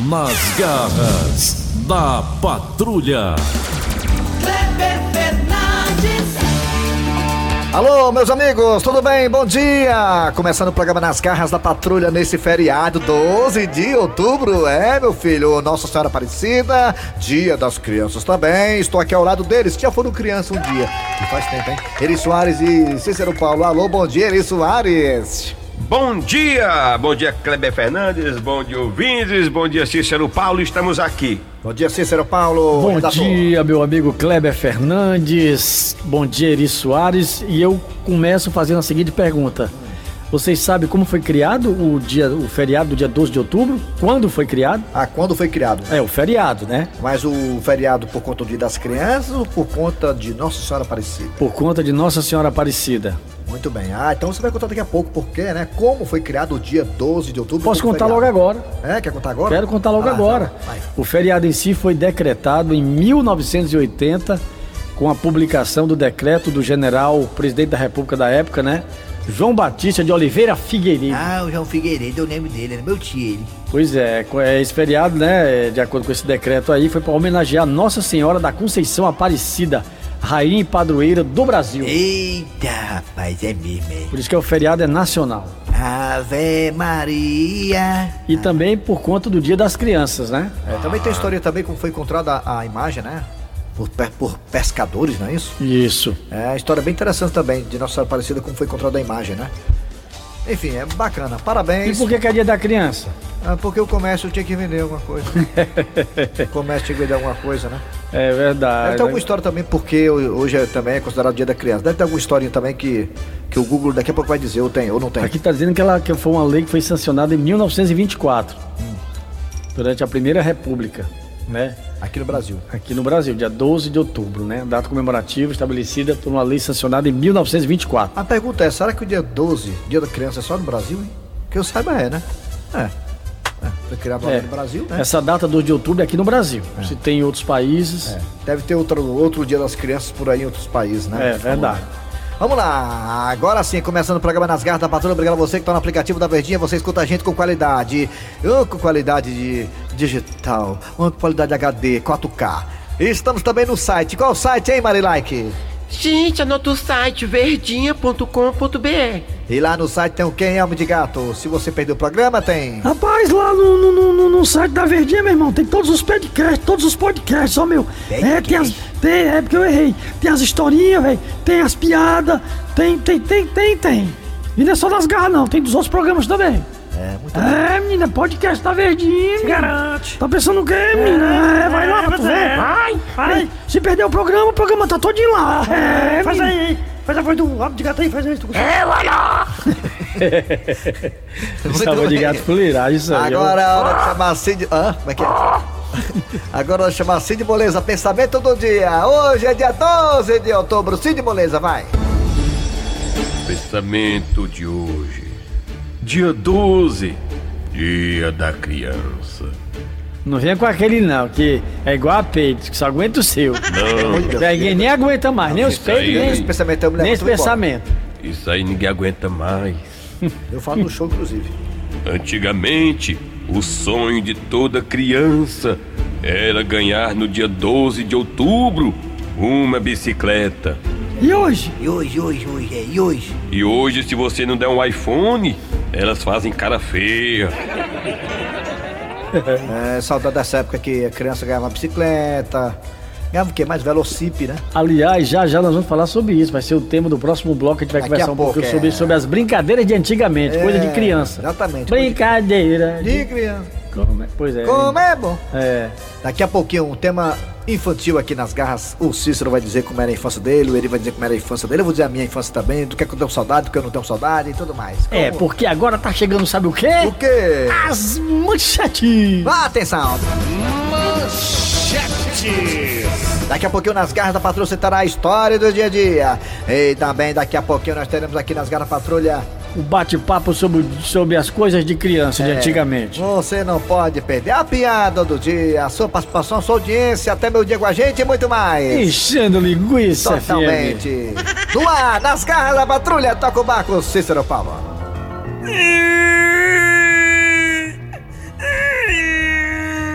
Nas garras da patrulha. Kleber Fernandes. Alô, meus amigos, tudo bem? Bom dia! Começando o programa Nas Garras da Patrulha nesse feriado, 12 de outubro. Meu filho, Nossa Senhora Aparecida, Dia das Crianças também. Estou aqui ao lado deles, que já foram criança um dia. E faz tempo, hein? Eri Soares e Cícero Paulo. Alô, bom dia, Eri Soares. Bom dia Kleber Fernandes, bom dia ouvintes, bom dia Cícero Paulo, estamos aqui. Bom dia, Cícero Paulo. Bom redator. dia, meu amigo Kleber Fernandes, bom dia, Eri Soares, e eu começo fazendo a seguinte pergunta. Vocês sabem como foi criado o feriado do dia 12 de outubro? Quando foi criado? Quando foi criado? O feriado, né? Mas o feriado por conta do Dia das Crianças ou por conta de Nossa Senhora Aparecida? Por conta de Nossa Senhora Aparecida. Muito bem. Então você vai contar daqui a pouco por quê, né? Como foi criado o dia 12 de outubro? Posso contar logo agora. Quer contar agora? Quero contar logo agora. Vai. O feriado em si foi decretado em 1980 com a publicação do decreto do general, presidente da República da época, né? João Batista de Oliveira Figueiredo. O João Figueiredo, eu lembro dele, era meu tio ele. Pois é, esse feriado, né, de acordo com esse decreto aí, foi para homenagear Nossa Senhora da Conceição Aparecida, rainha e padroeira do Brasil. Eita, rapaz, é mesmo, é. Por isso que o feriado é nacional. Ave Maria. E também por conta do Dia das Crianças, né? Também tem história também como foi encontrada a imagem, né? Por pescadores, não é isso? Isso. A história bem interessante também de Nossa Senhora Aparecida, como foi encontrada a imagem, né? Enfim, é bacana. Parabéns. E por que é Dia da Criança? Porque o comércio tinha que vender alguma coisa. O comércio tinha que vender alguma coisa, né? É verdade. Deve ter alguma história também, porque hoje também é considerado Dia da Criança. Deve ter alguma historinha também que o Google daqui a pouco vai dizer, ou tem, ou não tem. Aqui tá dizendo que foi uma lei que foi sancionada em 1924, durante a Primeira República, né? Aqui no Brasil. Aqui no Brasil, dia 12 de outubro, né? Data comemorativa estabelecida por uma lei sancionada em 1924. A pergunta é, será que o dia 12, Dia da Criança, é só no Brasil, hein? Que eu saiba né? Foi criado lá no Brasil, né? Essa data 12 de outubro é aqui no Brasil. Se tem em outros países... Deve ter outro Dia das Crianças por aí em outros países, né? É verdade. Vamos lá, agora sim, começando o programa Nas Garras da Patrulha. Obrigado a você que está no aplicativo da Verdinha. Você escuta a gente com qualidade, com qualidade de digital, com qualidade HD, 4K. E estamos também no site. Qual o site, hein, Marilike? Gente, anota o site verdinha.com.br. E lá no site tem o quem, Alma de Gato? Se você perdeu o programa, tem... Rapaz, lá no site da Verdinha, meu irmão, tem todos os podcasts, ó, meu. É porque eu errei. Tem as historinhas, velho, tem as piadas, tem. E não é só das garras, não, tem dos outros programas também. Muito bom. Menina, podcast da Verdinha. Se garante. Tá pensando o quê, menina? Vai lá pra tu ver. Vai. Se perder o programa tá todinho lá. Faz aí. Faz a voz do rabo de gato aí, faz isso. Vai lá. Rabo de gato fuleiragem, isso aí. Agora é a hora de chamar Cid... Como é que é? Agora é hora de chamar Cid Moleza, pensamento do dia. Hoje é dia 12 de outubro. Cid Moleza, vai. Pensamento de hoje. Dia 12, Dia da Criança. Não venha com aquele não, que é igual a peito, que só aguenta o seu. Não, Ninguém nem aguenta mais, nem os peitos, nem esse pensamento é nem esse pensamento. Isso aí ninguém aguenta mais. Eu falo no show, inclusive. Antigamente, o sonho de toda criança era ganhar no dia 12 de outubro uma bicicleta. E hoje? E hoje? E hoje, se você não der um iPhone, elas fazem cara feia. Saudade dessa época que a criança ganhava uma bicicleta. Ganhava o quê? Mais velocípe, né? Aliás, já nós vamos falar sobre isso. Vai ser o tema do próximo bloco. A gente vai conversar um pouquinho sobre as brincadeiras de antigamente, coisa de criança. Exatamente. Brincadeira de criança. Pois é. Como é bom. Daqui a pouquinho, um tema infantil aqui nas garras. O Cícero vai dizer como era a infância dele, ele vai dizer como era a infância dele. Eu vou dizer a minha infância também, do que eu tenho saudade, do que eu não tenho saudade e tudo mais. Porque agora tá chegando, sabe o quê? O quê? As manchetes. Atenção. Daqui a pouquinho nas garras da patrulha você terá a história do dia a dia. E também daqui a pouquinho nós teremos aqui nas garras da patrulha o bate-papo sobre as coisas de criança de antigamente. Você não pode perder a piada do dia, a sua participação, a sua audiência, até meu dia com a gente e muito mais. Enchendo linguiça, totalmente. No ar, nas garras da patrulha, toca o barco, Cícero Paulo.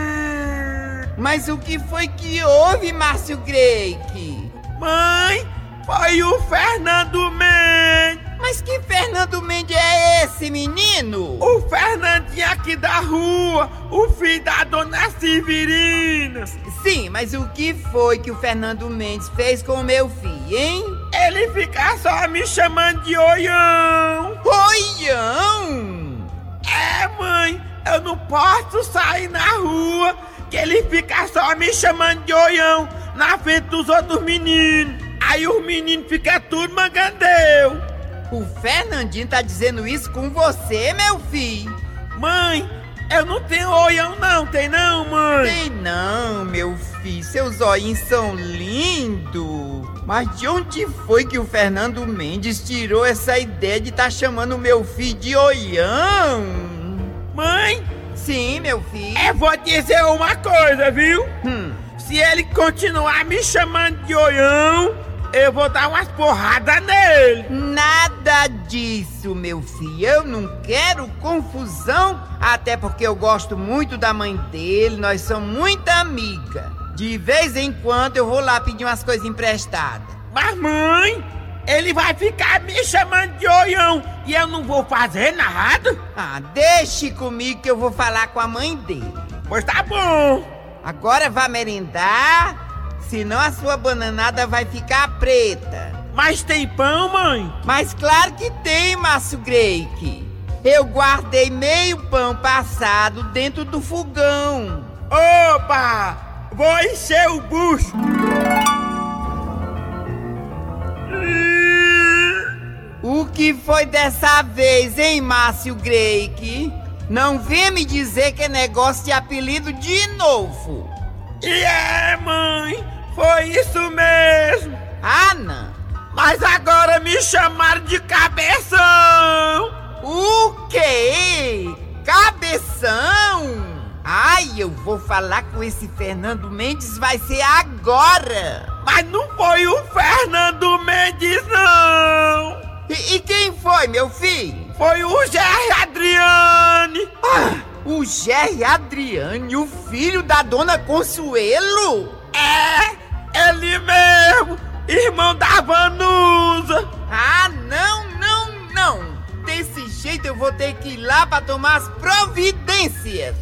Mas o que foi que houve, Márcio Greik? Mãe, foi o Fernando Mendes. Mas que Fernando Mendes é esse, menino? O Fernandinho aqui da rua, o filho da dona Severina. Sim, mas o que foi que o Fernando Mendes fez com o meu filho, hein? Ele fica só me chamando de Oião. Oião? É, mãe, eu não posso sair na rua, que ele fica só me chamando de Oião na frente dos outros meninos. Aí os meninos ficam tudo mangandeu. O Fernandinho tá dizendo isso com você, meu filho? Mãe, eu não tenho Oião não, tem não, mãe? Tem não, meu filho, seus olhinhos são lindos. Mas de onde foi que o Fernando Mendes tirou essa ideia de tá chamando o meu filho de Oião? Mãe? Sim, meu filho. Eu vou dizer uma coisa, viu? Se ele continuar me chamando de Oião, eu vou dar umas porradas nele. Nada disso, meu filho. Eu não quero confusão, até porque eu gosto muito da mãe dele, nós somos muito amigas. De vez em quando eu vou lá pedir umas coisas emprestadas. Mas mãe, ele vai ficar me chamando de Oião e eu não vou fazer nada? Ah, deixe comigo que eu vou falar com a mãe dele. Pois tá bom. Agora vá merendar, senão a sua bananada vai ficar preta. Mas tem pão, mãe? Mas claro que tem, Márcio Greik. Eu guardei meio pão passado dentro do fogão. Opa! Vou encher o bucho. O que foi dessa vez, hein, Márcio Greik? Não venha me dizer que é negócio de apelido de novo. Mãe, foi isso mesmo. Ah, não. Mas agora me chamaram de Cabeção. O quê? Cabeção? Ai, eu vou falar com esse Fernando Mendes, vai ser agora. Mas não foi o Fernando Mendes, não. E quem foi, meu filho? Foi o Gerry Adriane. O Gerry Adriane, o filho da dona Consuelo? É, ele mesmo, irmão da Vanusa. Ah, não. Desse jeito eu vou ter que ir lá pra tomar as providências.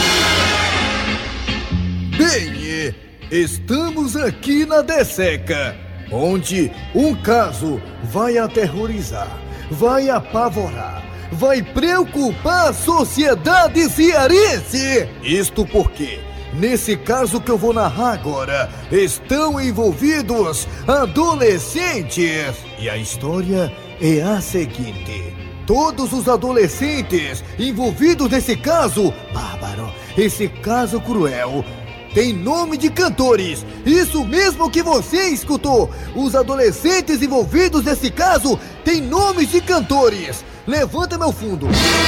Bem, estamos aqui na Desseca, onde um caso vai aterrorizar, vai apavorar, vai preocupar a sociedade cearense. Isto porque, nesse caso que eu vou narrar agora, estão envolvidos adolescentes. E a história é a seguinte: todos os adolescentes envolvidos nesse caso bárbaro, esse caso cruel, tem nome de cantores. Isso mesmo que você escutou. Os adolescentes envolvidos nesse caso têm nomes de cantores. Levanta meu fundo.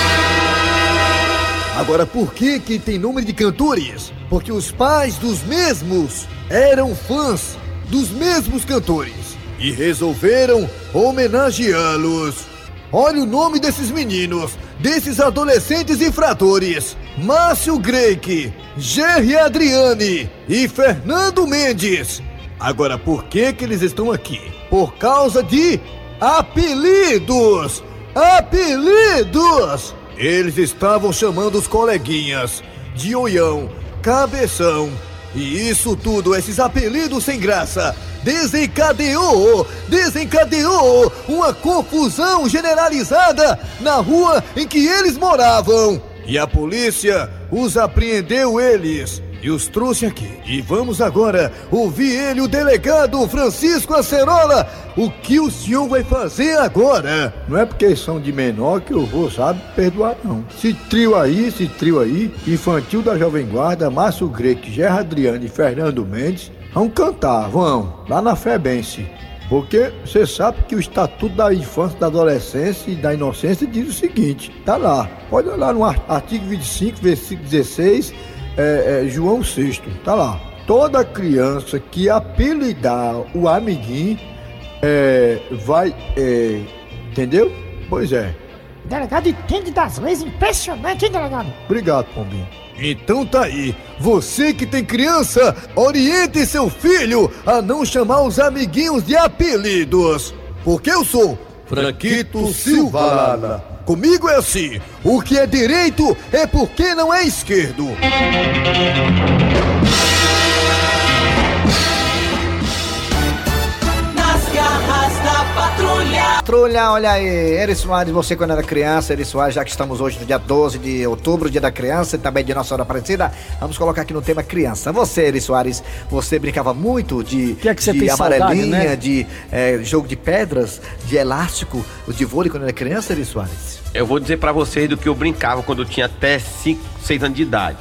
Agora, por que tem nome de cantores? Porque os pais dos mesmos eram fãs dos mesmos cantores e resolveram homenageá-los. Olha o nome desses meninos, desses adolescentes infratores: Márcio Greik, Gerry Adriane e Fernando Mendes. Agora, por que eles estão aqui? Por causa de apelidos! Apelidos! Eles estavam chamando os coleguinhas de Oião, Cabeção. E isso tudo, esses apelidos sem graça, desencadeou uma confusão generalizada na rua em que eles moravam. E a polícia os apreendeu eles e os trouxe aqui. E vamos agora ouvir ele, o delegado Francisco Acerola. O que o senhor vai fazer agora? Não é porque são de menor que eu vou, sabe, perdoar não. Esse trio aí, infantil da Jovem Guarda, Márcio Greik, Gerry Adriane e Fernando Mendes, vão cantar, vão, lá na FEBENSE. Porque você sabe que o Estatuto da Infância, da Adolescência e da Inocência diz o seguinte, tá lá, pode olhar no artigo 25, versículo 16, João VI, tá lá. Toda criança que apelidar o amiguinho vai, entendeu? Pois é. O delegado entende das leis, impressionante, hein, delegado? Obrigado, Pombinho. Então tá aí, você que tem criança, oriente seu filho a não chamar os amiguinhos de apelidos. Porque eu sou Franquito Silva. Comigo é assim, o que é direito é porque não é esquerdo. Nas garras da patrulha. Patrulha, olha aí, Eri Soares, você quando era criança, Eri Soares, já que estamos hoje no dia 12 de outubro, dia da criança e também de Nossa Senhora Aparecida, vamos colocar aqui no tema criança. Você, Eri Soares, você brincava muito de amarelinha, saudade, né? de jogo de pedras, de elástico, de vôlei quando era criança, Eri Soares? Eu vou dizer pra vocês do que eu brincava quando eu tinha até 5, 6 anos de idade.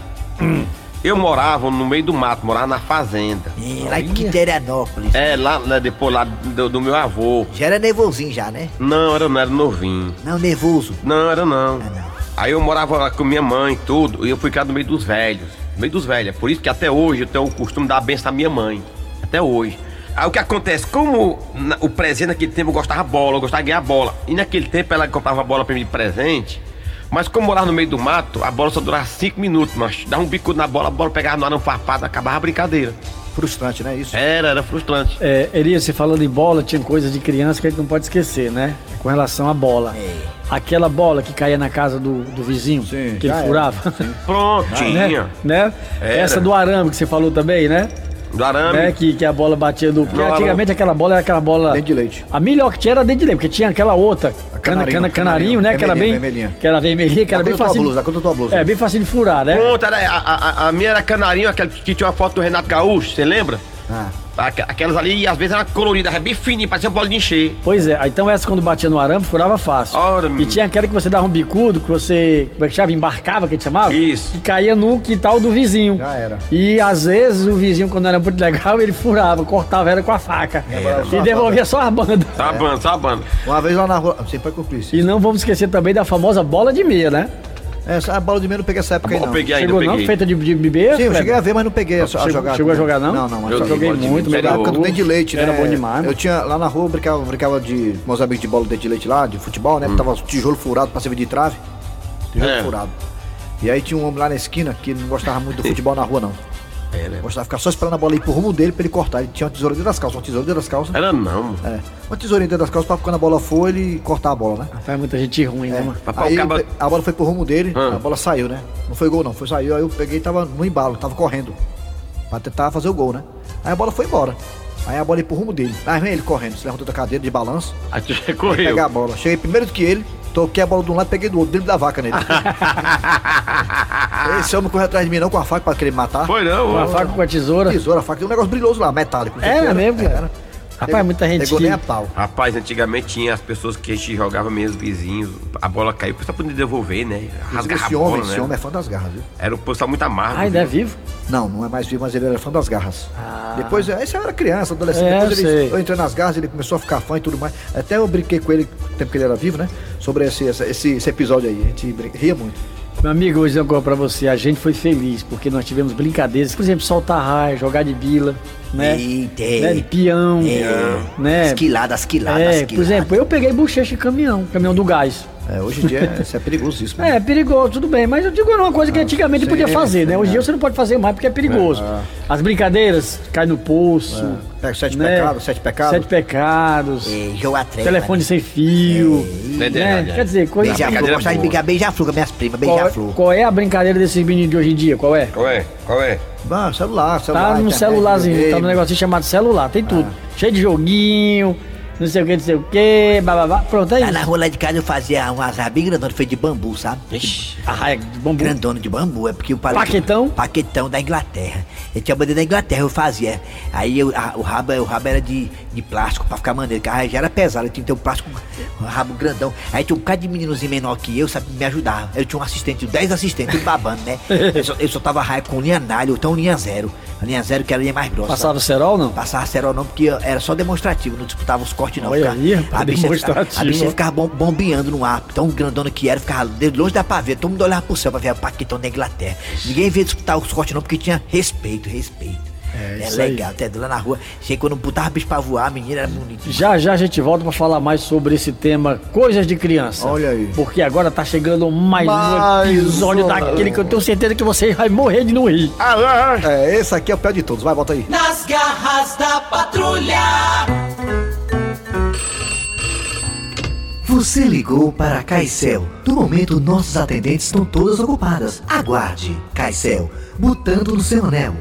Eu morava no meio do mato, morava na fazenda. Lá em Quiterianópolis. Lá depois lá do meu avô. Já era nervosinho já, né? Não, eu não era novinho. Não, nervoso. Não, era não. Aí eu morava lá com minha mãe e tudo, e eu fui criado no meio dos velhos. No meio dos velhos. É por isso que até hoje eu tenho o costume de dar a benção à minha mãe. Até hoje. Aí o que acontece, como o presente naquele tempo eu gostava de bola, eu gostava de ganhar bola. E naquele tempo ela comprava a bola pra mim de presente. Mas como eu morava no meio do mato, a bola só durava 5 minutos, mas dava um bicudo na bola, a bola pegava no arame farpado, acabava a brincadeira. Frustrante, né, isso? Era frustrante. Elias, você falando em bola, tinha coisas de criança que a gente não pode esquecer, né? Com relação à bola. Aquela bola que caía na casa do vizinho, que ele furava. Pronto, tinha. Né? Essa do arame que você falou também, né? Do arame. Né? Que a bola batia do... Porque antigamente aquela bola era aquela bola... Dente de leite. A melhor que tinha era dente de leite, porque tinha aquela outra, canarinho, né? Que era bem... Vermelhinha. Que era vermelhinha, que era bem fácil... Da conta da tua blusa. É, bem fácil de furar, né? Pronto, a minha era canarinho, aquela que tinha uma foto do Renato Gaúcho, você lembra? Aquelas ali, às vezes, eram coloridas, era bem fininha, parecia bola de encher. Pois é, então essa quando batia no arame, furava fácil. E tinha aquela que você dava um bicudo, que você, como é que chama? Embarcava, que a gente chamava? Isso. Que caía no quintal do vizinho. Já era. E às vezes o vizinho, quando era muito legal, ele furava, cortava ela com a faca. E devolvia só a banda. Só a banda. Uma vez lá na rua, você pode cumprir isso. E não vamos esquecer também da famosa bola de meia, né? Essa bola de meia eu não peguei essa época aí, não. Eu peguei ainda, Chegou não? Feita de meia? Sim, eu cheguei a ver, mas não peguei a jogar. Chegou a jogar, não? Não, mas eu joguei muito. Na época do dente de leite, né? Era bom demais. Eu tinha, lá na rua, eu brincava de meus amigos de bola de dente de leite lá, de futebol, né? Tava tijolo furado pra servir de trave. Tijolo furado. E aí tinha um homem lá na esquina que não gostava muito do futebol na rua, não. Gostava de ficar só esperando a bola ir pro rumo dele pra ele cortar. Ele tinha uma tesoura dentro das calças, Era não. Uma tesourinha dentro das calças pra quando a bola for, ele cortar a bola, né? Faz muita gente ruim, né, mano? Aí a bola foi pro rumo dele, a bola saiu, né? Não foi gol não, saiu, aí eu peguei e tava no embalo, tava correndo pra tentar fazer o gol, né? Aí a bola foi embora. Aí a bola ia pro rumo dele. Aí vem ele correndo, se levantou da cadeira de balanço. Aí tu correu. Pegar a bola. Cheguei primeiro do que ele, toquei a bola de um lado, peguei do outro, drible da vaca nele. Esse homem correu atrás de mim não com a faca pra querer me matar. Foi não, com a faca, com a tesoura. Tesoura, a faca, tem um negócio brilhoso lá, metálico. Era mesmo, cara. Rapaz, muita gente pegou nem a pau. Rapaz, antigamente tinha as pessoas que a gente jogava mesmo, vizinhos, a bola caiu, o pessoal podia devolver, né? Rasgar a bola, esse homem é fã das garras, viu? Era um pessoal muito amargo. Ainda é vivo? Não é mais vivo, mas ele era fã das garras. Depois, esse eu era criança, adolescente, depois eu entrei nas garras, ele começou a ficar fã e tudo mais. Até eu brinquei com ele, no tempo que ele era vivo, né? Sobre esse episódio aí, a gente ria muito. Meu amigo, hoje eu pra você, a gente foi feliz, porque nós tivemos brincadeiras, por exemplo, soltar raio, jogar de bila, né? Né? De peão, né? Esquilada. Por exemplo, eu peguei bochecha em caminhão do gás. Hoje em dia isso é perigoso isso. É perigoso, tudo bem, mas eu digo uma coisa que antigamente podia fazer, né? Hoje em dia você não pode fazer mais porque é perigoso. As brincadeiras, cai no poço. Pega 7 pecados. 7 pecados. Jogo a treva. Telefone sem fio. Né? Quer dizer, coisa... Beija-flor, eu gostava de brincar beija-flor com minhas primas, beija-flor. Qual é a brincadeira desses meninos de hoje em dia? Qual é? Celular. Tá no celularzinho, tá no negocinho chamado celular, tem tudo. Cheio de joguinho, não sei o que, bababá. Pronto, é isso. Lá na rua lá de casa eu fazia um azar bem grandona, feito de bambu, sabe? De bambu. Grandona de bambu, é porque o Paquetão? Paquetão da Inglaterra. Eu tinha a bandeira da Inglaterra, eu fazia. Aí o rabo era de plástico pra ficar maneiro, porque já era pesado, eu tinha que ter um plástico, um rabo grandão. Aí tinha um bocado de meninozinho menor que eu, sabe, me ajudava. Eu tinha um assistente, 10 assistentes, tudo babando, né? Eu soltava raio com linha nalha, ou então linha zero. A linha zero que era a linha mais grossa. Passava cerol não? Passava cerol não, porque era só demonstrativo, não disputava os cortes não. Olha aí, a bicha ficava bombeando no ar, tão grandona que era, ficava de longe da pavê, todo mundo olhava pro céu pra ver o Paquetão da Inglaterra. Ninguém veio disputar os cortes não, porque tinha respeito. É isso aí. legal, até lá na rua. Chega quando botava bicho pra voar, a menina era bonita. Já já a gente volta pra falar mais sobre esse tema coisas de criança. Olha aí. Porque agora tá chegando mais um episódio daquele que eu tenho certeza que você vai morrer de não rir. Esse aqui é o pior de todos. Vai, bota aí. Nas garras da patrulha. Você ligou para a Caicel. No momento, nossos atendentes estão todas ocupadas. Aguarde. Caicel, botando no seu anel.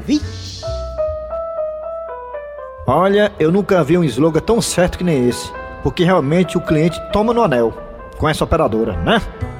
Olha, eu nunca vi um slogan tão certo que nem esse. Porque realmente o cliente toma no anel. Com essa operadora, né?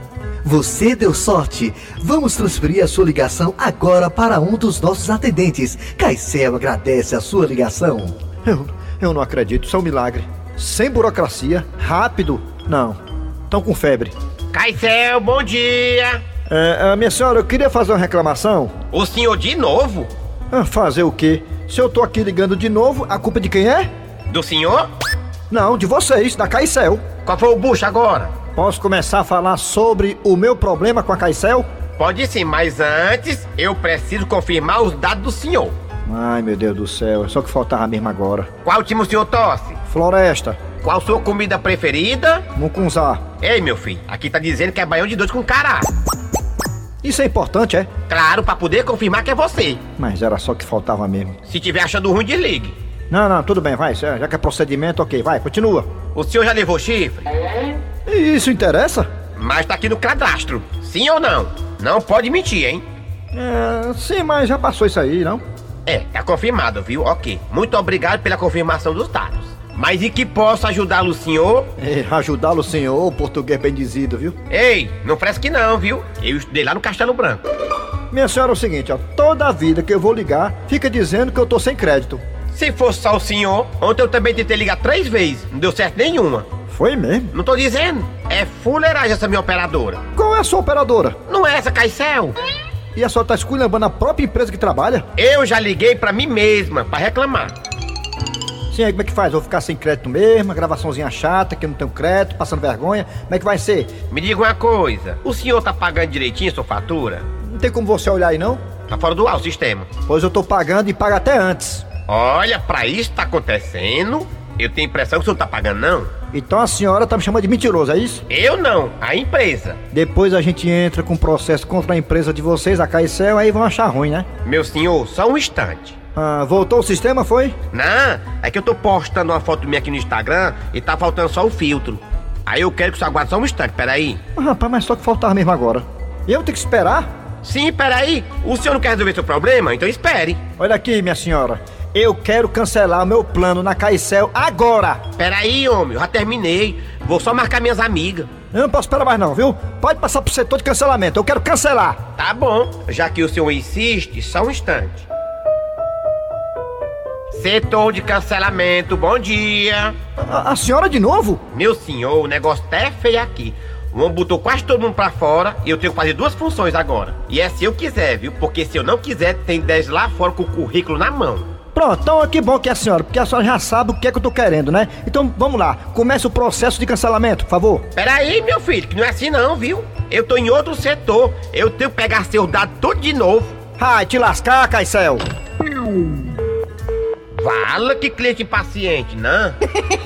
Você deu sorte. Vamos transferir a sua ligação agora para um dos nossos atendentes. Caicel agradece a sua ligação. Eu não acredito, isso é um milagre. Sem burocracia, rápido. Não, estão com febre. Caicel, bom dia. Minha senhora, eu queria fazer uma reclamação. O senhor de novo? Fazer o quê? Se eu tô aqui ligando de novo, a culpa de quem é? Do senhor? Não, de vocês, da Caicel. Qual foi o bucho agora? Posso começar a falar sobre o meu problema com a Caicel? Pode sim, mas antes eu preciso confirmar os dados do senhor. Ai, meu Deus do céu, é só que faltava mesmo agora. Qual time o senhor torce? Floresta. Qual sua comida preferida? Mucunzá. Ei, meu filho, aqui tá dizendo que é baião de dois com cará. Isso é importante, é? Claro, pra poder confirmar que é você. Mas era só que faltava mesmo. Se tiver achando ruim, desligue. Não, tudo bem, vai. Já que é procedimento, ok, vai, continua. O senhor já levou chifre? Isso interessa? Mas tá aqui no cadastro. Sim ou não? Não pode mentir, hein? Sim, mas já passou isso aí, não? Tá confirmado, viu? Ok. Muito obrigado pela confirmação dos dados. Mas em que posso ajudá-lo, senhor? Ajudá-lo, senhor, português bem dizido, viu? Ei, não fresque não, viu? Eu estudei lá no Castelo Branco. Minha senhora, é o seguinte, ó. Toda a vida que eu vou ligar, fica dizendo que eu tô sem crédito. Se fosse só o senhor, ontem eu também tentei ligar 3 vezes. Não deu certo nenhuma. Foi mesmo? Não tô dizendo. É fuleiragem essa minha operadora. Qual é a sua operadora? Não é essa, Caicel? E a senhora tá esculhambando a própria empresa que trabalha? Eu já liguei pra mim mesma, pra reclamar. Sim, aí como é que faz? Vou ficar sem crédito mesmo, a gravaçãozinha chata, que eu não tenho crédito, passando vergonha. Como é que vai ser? Me diga uma coisa, o senhor tá pagando direitinho a sua fatura? Não tem como você olhar aí, não? Tá fora do ar o sistema. Pois eu tô pagando e pago até antes. Olha, pra isso tá acontecendo, eu tenho a impressão que o senhor não tá pagando, não? Então a senhora tá me chamando de mentiroso, é isso? Eu não, a empresa. Depois a gente entra com processo contra a empresa de vocês, a Caicel, aí vão achar ruim, né? Meu senhor, só um instante. Voltou o sistema, foi? Não, é que eu tô postando uma foto minha aqui no Instagram e tá faltando só o filtro. Aí eu quero que você aguarde só um instante, peraí. Rapaz, mas só que faltava mesmo agora. E eu tenho que esperar? Sim, peraí. O senhor não quer resolver seu problema? Então espere. Olha aqui, minha senhora. Eu quero cancelar o meu plano na Caicel agora. Peraí, homem, eu já terminei. Vou só marcar minhas amigas. Eu não posso esperar mais não, viu? Pode passar pro setor de cancelamento, eu quero cancelar. Tá bom, já que o senhor insiste, só um instante. Setor de cancelamento, bom dia. A senhora de novo? Meu senhor, o negócio tá feio aqui. O homem botou quase todo mundo pra fora e eu tenho que fazer 2 funções agora. E é se eu quiser, viu? Porque se eu não quiser, tem 10 lá fora com o currículo na mão. Pronto, então que bom que é a senhora, porque a senhora já sabe o que é que eu tô querendo, né? Então vamos lá, comece o processo de cancelamento, por favor. Peraí, meu filho, que não é assim não, viu? Eu tô em outro setor, eu tenho que pegar seus dados tudo de novo. Ai, te lascar, Caicel. Fala que cliente impaciente, não?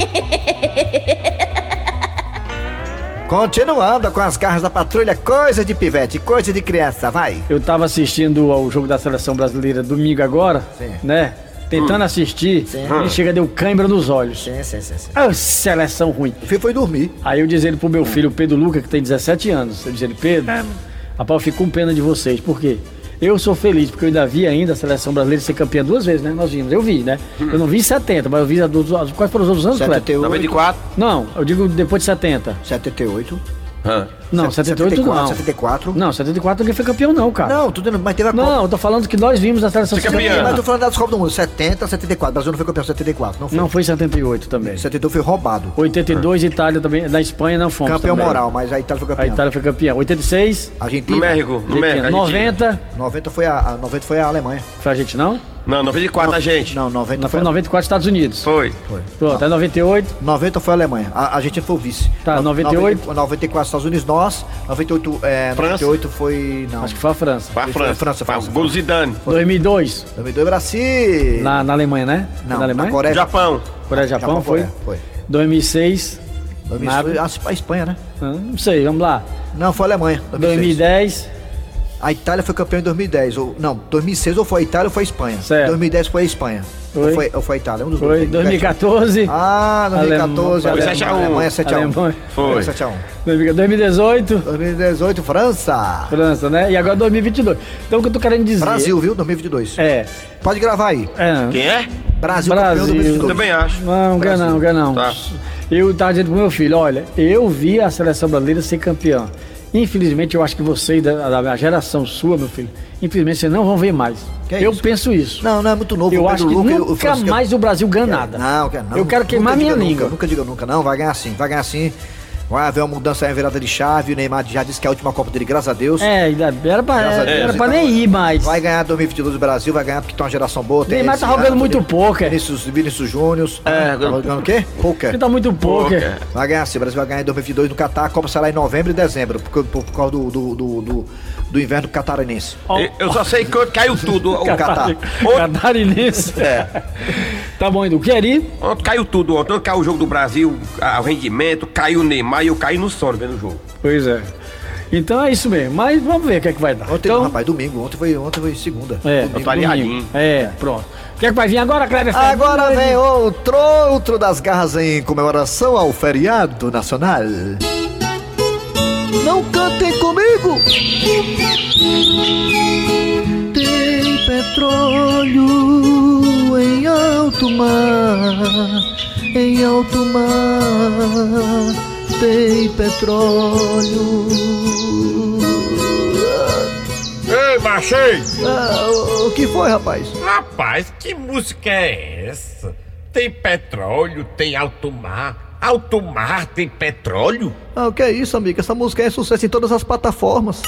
Continuando com as garras da patrulha, coisa de pivete, coisa de criança, vai. Eu tava assistindo ao jogo da Seleção Brasileira domingo agora, né? Tentando assistir, e chega deu cãibra nos olhos. Sim. Seleção ruim. O filho foi dormir. Aí eu dizendo pro meu filho, Pedro Luca, que tem 17 anos, eu dizendo, Pedro, rapaz, eu fico com pena de vocês, por quê? Eu sou feliz, porque eu ainda vi ainda a Seleção Brasileira ser campeã 2 vezes, né? Nós vimos, eu vi, né? Eu não vi em 70, mas eu vi quais foram os outros anos, 78. 94? Não, eu digo depois de 70. 78. Não, 78 não. 74. Não, 74 ninguém foi campeão não, cara. Não, tudo, mas teve a Copa. Não, eu tô falando que nós vimos a Seleção campeã. Mas eu tô falando das Copas do Mundo, 70, 74. O Brasil não foi campeão 74, não foi. Não, foi 78 também. 72 foi roubado. 82, Itália também, na Espanha não fomos Campeão também. moral, mas a Itália foi campeã. A Itália foi campeã. 86, Argentina. No México. 90, 90 foi a Alemanha. foi a gente não? Não, 94 a gente. Não, 90 Não, foi 94 Estados Unidos. Foi. Pronto, até 98. 90 foi a Alemanha. A Argentina foi o vice. Tá, 98. 94 Estados Unidos, nós. 98, França. 98 foi... Não. Acho que foi a França. Foi a França. Foi o gol Zidane. 2002. 2002, Brasil. Na Alemanha, né? Não, na Alemanha? na Coreia. Japão. Coreia, Japão, foi? Foi. 2006. 2006 a Espanha, né? Não sei, vamos lá. Não, foi a Alemanha. 2010. A Itália foi campeã em 2010. Ou, não, 2006 ou foi a Itália ou foi a Espanha. Certo. 2010 foi a Espanha. Ou foi a Itália, um dos dois. Foi 2014. Ah, 2014. Foi 7 a 1. Alemanha 7 a 1. Foi 7 a 1. 2018. 2018, França. França, né? E agora 2022. Então o que eu tô querendo dizer... Brasil, viu? 2022. É. Pode gravar aí. Quem é? Brasil campeão 2022. Eu também acho. Não, quer não. Tá. Eu tava dizendo pro meu filho, olha, eu vi a seleção brasileira ser campeã. Infelizmente, eu acho que vocês, da minha geração sua, meu filho, infelizmente vocês não vão ver mais. Eu penso isso. Não é muito novo. Eu acho que nunca mais o Brasil ganha nada. Não. Eu quero queimar minha língua. Nunca diga nunca, não. Vai ganhar sim. Vai haver uma mudança aí, uma virada de chave. O Neymar já disse que é a última Copa dele, graças a Deus. Era pra nem ir mais. Vai ganhar 2022 do Brasil, vai ganhar porque tem uma geração boa. O Neymar tá jogando muito poker. Vinícius Júnior. Tá jogando o quê? Poker. Ele tá muito poker. Vai ganhar sim, o Brasil vai ganhar em 2022 no Catar. A Copa será em novembro e dezembro, por causa do inverno catarinense. Eu só sei que caiu tudo. O Catar. Catarinense. Tá bom, Edu. Quer ir? Ontem caiu tudo. Ontem caiu o jogo do Brasil, o rendimento, caiu o Neymar e eu caí no sono vendo o jogo. Pois é. Então é isso mesmo. Mas vamos ver o que é que vai dar. Ontem, então, rapaz, domingo. Ontem foi segunda. Domingo. Pronto. O que é que vai vir agora, Kleber? Agora vem outro das garras em comemoração ao feriado nacional. Não cantem comigo! Tem petróleo em alto mar, tem petróleo. Ei, machei! O que foi, rapaz? Rapaz, que música é essa? Tem petróleo, tem alto mar. Alto mar tem petróleo? O que é isso, amigo? Essa música é sucesso em todas as plataformas.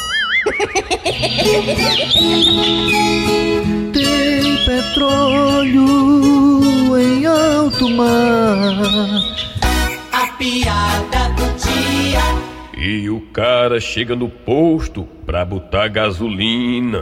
Tem petróleo em alto mar. A piada do dia. E o cara chega no posto pra botar gasolina.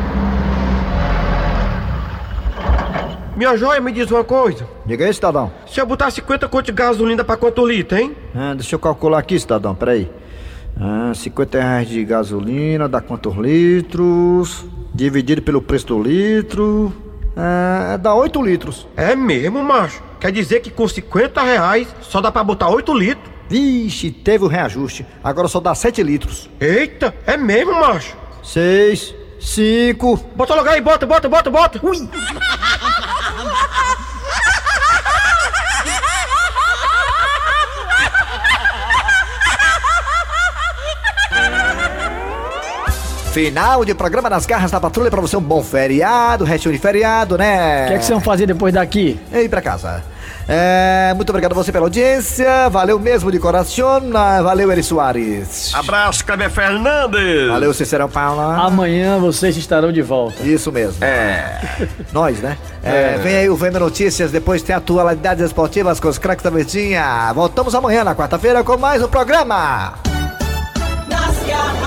Minha joia, me diz uma coisa. Diga aí, cidadão. Se eu botar 50 conto de gasolina pra quanto litro, hein? Deixa eu calcular aqui, cidadão, peraí. 50 reais de gasolina dá quantos litros? Dividido pelo preço do litro, dá 8 litros. É mesmo, macho? Quer dizer que com 50 reais só dá pra botar 8 litros? Vixe, teve o reajuste. Agora só dá 7 litros. Eita, é mesmo, macho? 6, 5... Bota logo aí, bota. Ui! Final de programa nas garras da patrulha pra você, um bom feriado, restinho de feriado, né? O que é que vocês vão fazer depois daqui? Ir pra casa. Muito obrigado a você pela audiência, valeu mesmo de coração, valeu Eri Soares. Abraço, Kleber Fernandes. Valeu, Cicerão Paula. Amanhã vocês estarão de volta. Isso mesmo. Nós, né? Vem aí o VM Notícias, depois tem atualidades esportivas com os craques da Verdinha. Voltamos amanhã, na quarta-feira, com mais um programa. Nas garras